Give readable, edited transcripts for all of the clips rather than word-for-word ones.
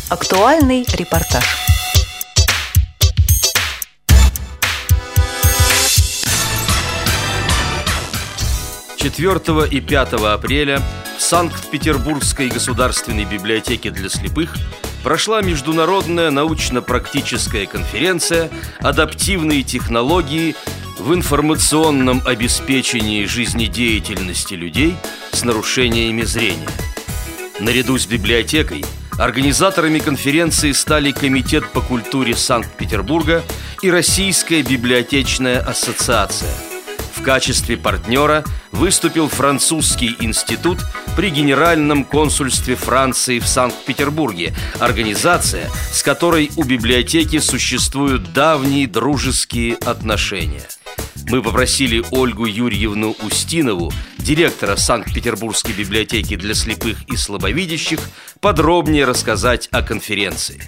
Актуальный репортаж. Четвертого и 5 апреля в Санкт-Петербургской государственной библиотеке для слепых прошла международная научно-практическая конференция «Адаптивные технологии в информационном обеспечении жизнедеятельности людей с нарушениями зрения». Наряду с библиотекой организаторами конференции стали Комитет по культуре Санкт-Петербурга и Российская библиотечная ассоциация. В качестве партнера выступил Французский институт при Генеральном консульстве Франции в Санкт-Петербурге, организация, с которой у библиотеки существуют давние дружеские отношения. Мы попросили Ольгу Юрьевну Устинову, директора Санкт-Петербургской библиотеки для слепых и слабовидящих, подробнее рассказать о конференции.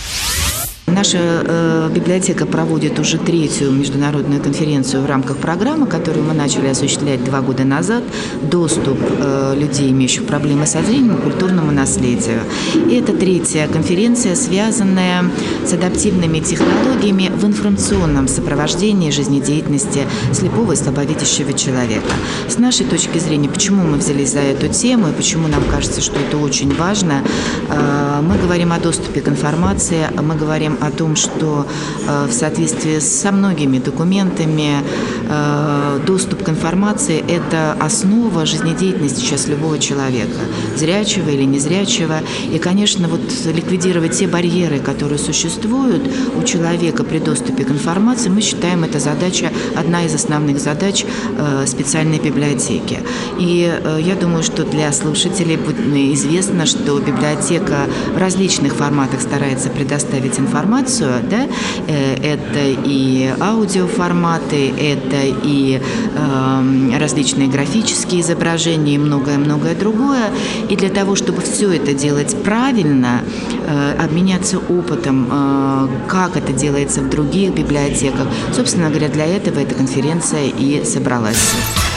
Наша библиотека проводит уже 3-ю международную конференцию в рамках программы, которую мы начали осуществлять 2 года назад, «Доступ людей, имеющих проблемы со зрением, к культурному наследию». И это 3-я конференция, связанная с адаптивными технологиями в информационном сопровождении жизнедеятельности слепого и слабовидящего человека. С нашей точки зрения, почему мы взялись за эту тему и почему нам кажется, что это очень важно, мы говорим о доступе к информации, мы говорим о том, что в соответствии со многими документами доступ к информации – это основа жизнедеятельности сейчас любого человека, зрячего или незрячего. И, конечно, вот ликвидировать те барьеры, которые существуют у человека при доступе к информации, мы считаем, это задача, одна из основных задач специальной библиотеки. И я думаю, что для слушателей будет известно, что библиотека в различных форматах старается предоставить информацию, да? Это и аудиоформаты, это и различные графические изображения и многое-многое другое. И для того, чтобы все это делать правильно, обменяться опытом, как это делается в других библиотеках, собственно говоря, для этого эта конференция и собралась.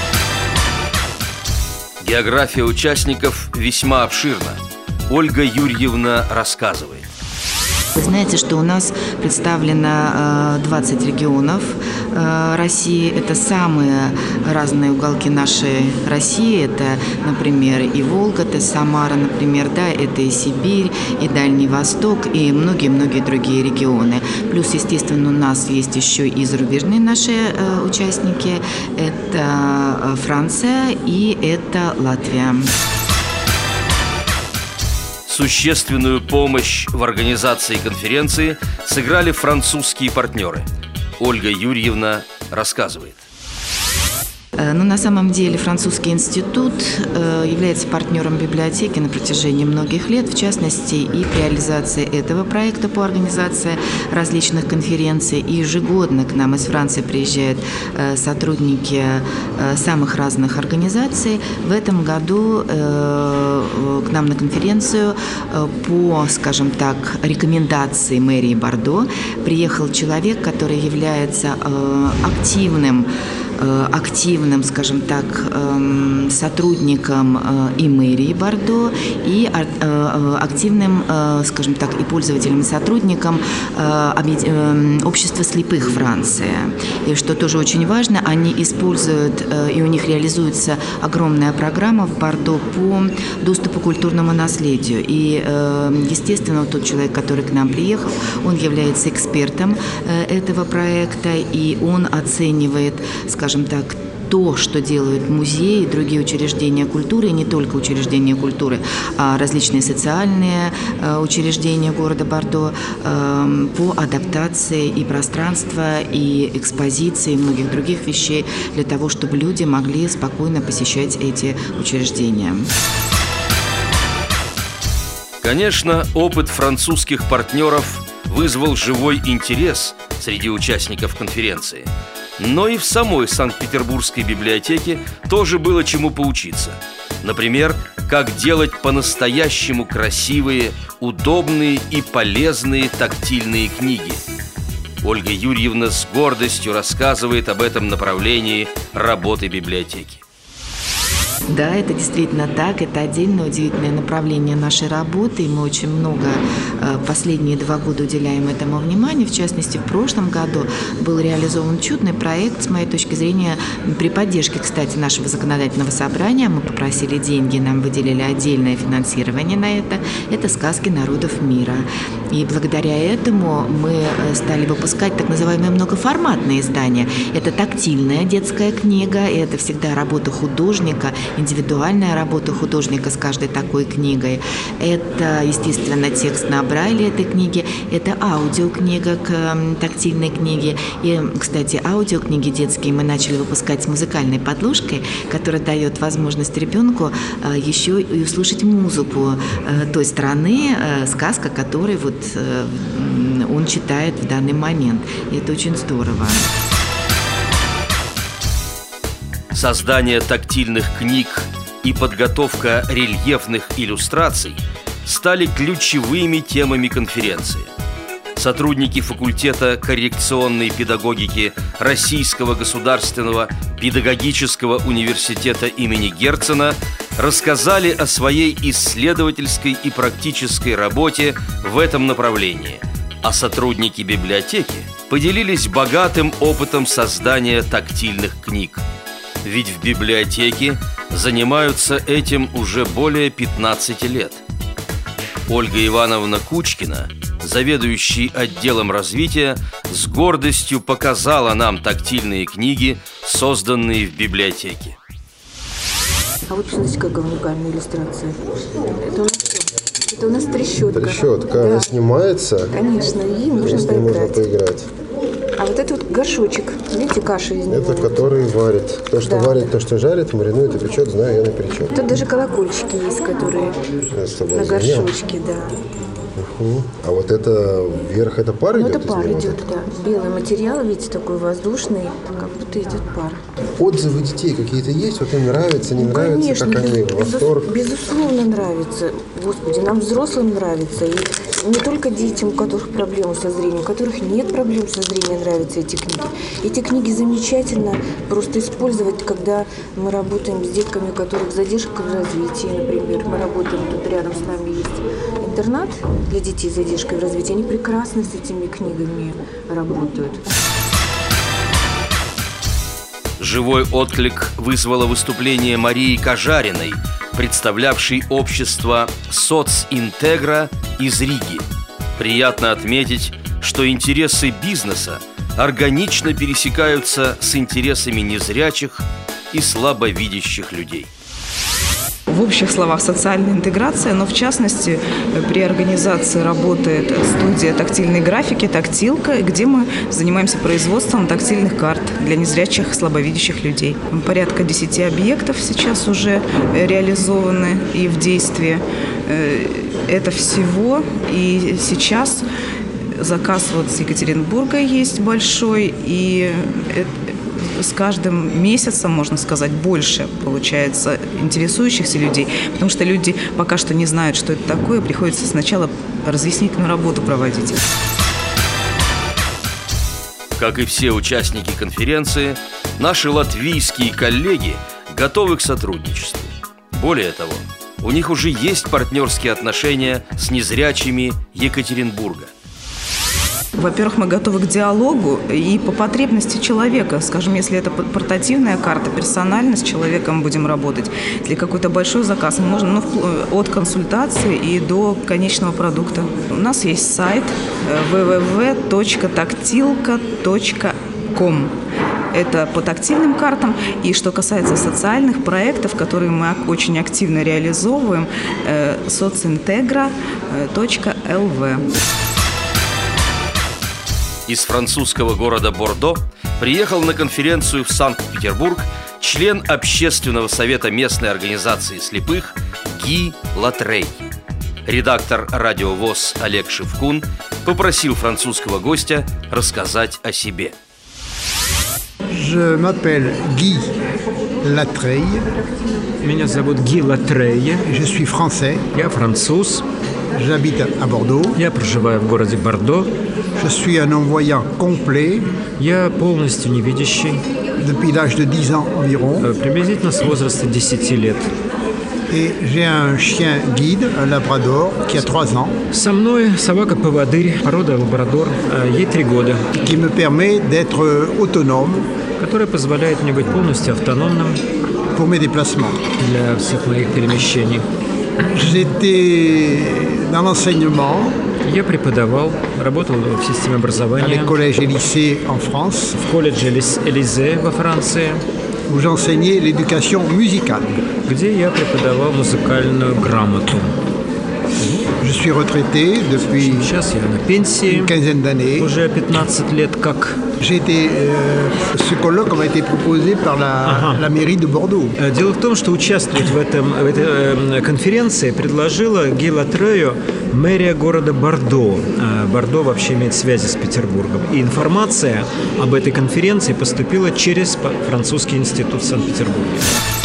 География участников весьма обширна. Ольга Юрьевна рассказывает. Вы знаете, что у нас представлено 20 регионов России. Это самые разные уголки нашей России. Это, например, и Волга, это Самара, например, да, это и Сибирь, и Дальний Восток, и многие-многие другие регионы. Плюс, естественно, у нас есть еще и зарубежные наши участники. Это Франция и это Латвия. Существенную помощь в организации конференции сыграли французские партнеры. Ольга Юрьевна рассказывает. Но на самом деле французский институт является партнером библиотеки на протяжении многих лет, в частности, и при реализации этого проекта по организации различных конференций. И ежегодно к нам из Франции приезжают сотрудники самых разных организаций. В этом году к нам на конференцию по, скажем так, рекомендации мэрии Бордо приехал человек, который является активным, скажем так, сотрудником и мэрии Бордо, и активным, скажем так, и пользователем, и сотрудником общества слепых Франции. И что тоже очень важно, они используют, и у них реализуется огромная программа в Бордо по доступу к культурному наследию. И, естественно, тот человек, который к нам приехал, он является экспертом этого проекта, и он оценивает, скажем так, то, что делают музеи и другие учреждения культуры, и не только учреждения культуры, а различные социальные учреждения города Бордо по адаптации и пространства, и экспозиции, и многих других вещей для того, чтобы люди могли спокойно посещать эти учреждения. Конечно, опыт французских партнеров вызвал живой интерес среди участников конференции. Но и в самой Санкт-Петербургской библиотеке тоже было чему поучиться. Например, как делать по-настоящему красивые, удобные и полезные тактильные книги. Ольга Юрьевна с гордостью рассказывает об этом направлении работы библиотеки. Да, это действительно так. Это отдельное удивительное направление нашей работы. И мы очень много последние 2 года уделяем этому внимания. В частности, в прошлом году был реализован чудный проект, с моей точки зрения, при поддержке, кстати, нашего законодательного собрания. Мы попросили деньги, нам выделили отдельное финансирование на это. Это «Сказки народов мира». И благодаря этому мы стали выпускать так называемые многоформатные издания. Это тактильная детская книга, и это всегда работа художника, индивидуальная работа художника с каждой такой книгой. Это, естественно, текст на Брайле этой книги, это аудиокнига к тактильной книге. И, кстати, аудиокниги детские мы начали выпускать с музыкальной подложкой, которая дает возможность ребенку еще и услышать музыку той страны, сказка, которой вот он читает в данный момент. И это очень здорово. Создание тактильных книг и подготовка рельефных иллюстраций стали ключевыми темами конференции. Сотрудники факультета коррекционной педагогики Российского государственного педагогического университета имени Герцена рассказали о своей исследовательской и практической работе в этом направлении, а сотрудники библиотеки поделились богатым опытом создания тактильных книг. Ведь в библиотеке занимаются этим уже более 15 лет. Ольга Ивановна Кучкина, заведующий отделом развития, с гордостью показала нам тактильные книги, созданные в библиотеке. А вот смотрите, какая уникальная иллюстрация. Это у нас трещотка. Трещотка, да. Она снимается. Конечно, и можно поиграть. А вот это вот горшочек, видите, каша из него. Это который варит. То, что варит, то, что жарит, маринует и печет, знаю я наперечет. Тут даже колокольчики есть, которые на горшочке, да. А вот это вверх, это пар идет? Это пар идет, да. Белый материал, видите, такой воздушный, как будто идет пар. Отзывы детей какие-то есть? Вот им нравится, не нравится, конечно, как они, восторг? Безусловно, нравится. Господи, нам взрослым нравится. И не только детям, у которых проблемы со зрением, у которых нет проблем со зрением, нравятся эти книги. Эти книги замечательно просто использовать, когда мы работаем с детками, у которых задержка в развитии, например. Мы работаем, тут рядом с нами есть интернат для детей с задержкой в развитии. Они прекрасно с этими книгами работают. Живой отклик вызвало выступление Марии Кажариной, представлявшей общество «Социнтегра» из Риги. Приятно отметить, что интересы бизнеса органично пересекаются с интересами незрячих и слабовидящих людей. В общих словах социальная интеграция, но в частности при организации работает студия тактильной графики «Тактилка», где мы занимаемся производством тактильных карт для незрячих, слабовидящих людей. Порядка 10 объектов сейчас уже реализованы и в действии. Это всего. И сейчас заказ вот с Екатеринбурга есть большой, и с каждым месяцем, можно сказать, больше получается интересующихся людей, потому что люди пока что не знают, что это такое, приходится сначала разъяснительную работу проводить. Как и все участники конференции, наши латвийские коллеги готовы к сотрудничеству. Более того, у них уже есть партнерские отношения с незрячими Екатеринбурга. Во-первых, мы готовы к диалогу и по потребности человека. Скажем, если это портативная карта, персонально с человеком будем работать. Если какой-то большой заказ, мы можем от консультации и до конечного продукта. У нас есть сайт www.taktilka.com. Это по тактильным картам. И что касается социальных проектов, которые мы очень активно реализовываем, socintegra.lv. Из французского города Бордо приехал на конференцию в Санкт-Петербург член Общественного совета местной организации слепых Ги Латрей. Редактор «Радио ВОС» Олег Шевкун попросил французского гостя рассказать о себе. Je m'appelle Guy Latreille. Меня зовут Ги Латрей. Je suis français. Я француз. J'habite à Bordeaux. Я проживаю в городе Бордо. Je suis un non-voyant complet Я полностью невидящий, depuis l'âge de 10 ans environ. приблизительно с возраста 10 лет. Et j'ai un chien guide, un labrador, qui a 3 ans, Со мной собака-поводырь, порода лабрадор, ей 3 года, qui me permet d'être autonome которая позволяет мне быть полностью автономным pour mes déplacements. для всех моих перемещений. J'étais dans l'enseignement, Я преподавал, работал в системе dans образования les collèges et lycées en France, в колледже Элизе во Франции, où j'enseignais l'éducation musicale. где я преподавал музыкальную грамоту. Je suis retraité depuis Сейчас я на пенсии, une quinzaine d'années. уже 15 лет как. Ce colloque m'a été proposé par la mairie de Bordeaux. Дело в том, что участвовать в этой конференции предложила Гуy Latreille мэрия города Бордо. Бордо вообще имеет связи с Петербургом. И информация об этой конференции поступила через французский институт в Санкт-Петербурге.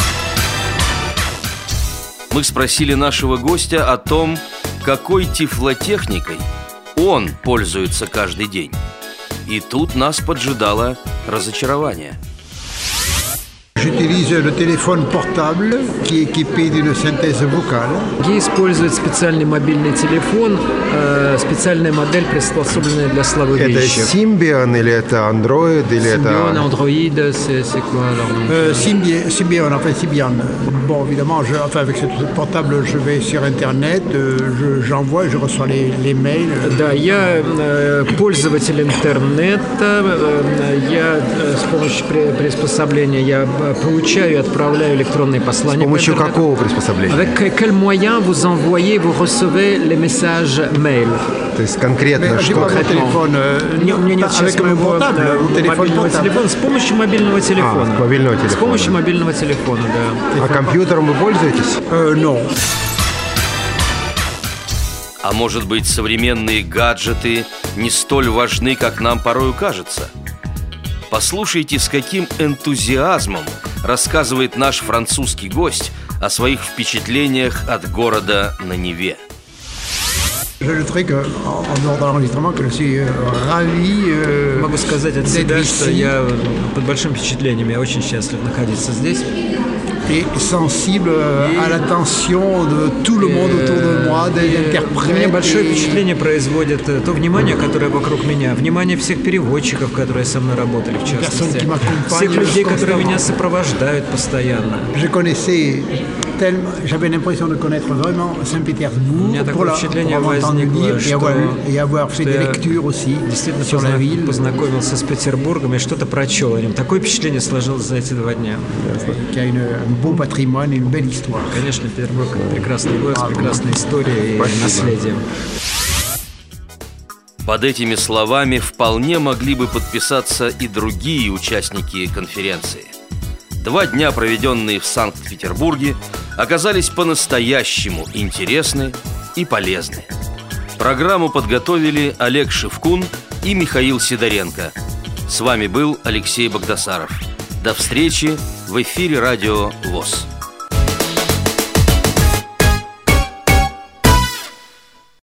Мы спросили нашего гостя о том, какой тифлотехникой он пользуется каждый день. И тут нас поджидало разочарование. J'utilise le téléphone portable qui est équipé d'une synthèse vocale. Гуy использует специальный мобильный телефон, специальная модель, приспособленная для Это слабовидящих. Symbian или это Android, или Symbian, это... Android, c'est quoi alors? Symbian, enfin Symbian. Bon, évidemment, avec ce portable, je vais sur Internet, j'envoie, je reçois les mails. Да, я пользователь интернета, я с помощью приспособления я получаю и отправляю электронные послания. С помощью какого приспособления? Avec quel moyen vous envoyez, vous recevez les messages mail? То есть конкретно J'ai что? pas mon téléphone У меня нет сейчас avec mon моего portable, ou téléphone мобильного portable. телефона. С помощью мобильного телефона. с мобильного С телефона. помощью мобильного телефона, да. А компьютером вы пользуетесь? Non. А может быть, современные гаджеты не столь важны, как нам порою кажется? Послушайте, с каким энтузиазмом рассказывает наш французский гость о своих впечатлениях от города на Неве. J'ajouterais qu'en dehors de l'enregistrement, que je suis ravi Могу сказать от d'être себя, что ici я под большим впечатлением, я очень счастлив находиться здесь. et sensible à l'attention de tout le monde autour de moi, des Для меня interprètes. большое et- впечатление производит то внимание, которое вокруг меня, внимание всех переводчиков, которые со мной работали, в частности, всех людей, которые меня сопровождают постоянно. Je connaissais tellement, j'avais l'impression de connaître vraiment У Saint-Pétersbourg меня такое впечатление pour m'entendre возникло, dire et avoir fait des я lectures aussi действительно sur la ville. познакомился с Петербургом и что-то прочел о нем. Такое впечатление сложилось за эти 2 дня. Qui a un beau patrimoine et une belle histoire. Конечно, Петербург – прекрасный город с прекрасной историей и наследием. Под этими словами вполне могли бы подписаться и другие участники конференции. 2 дня, проведенные в Санкт-Петербурге, оказались по-настоящему интересны и полезны. Программу подготовили Олег Шевкун и Михаил Сидоренко. С вами был Алексей Багдасаров. До встречи в эфире радио ВОС.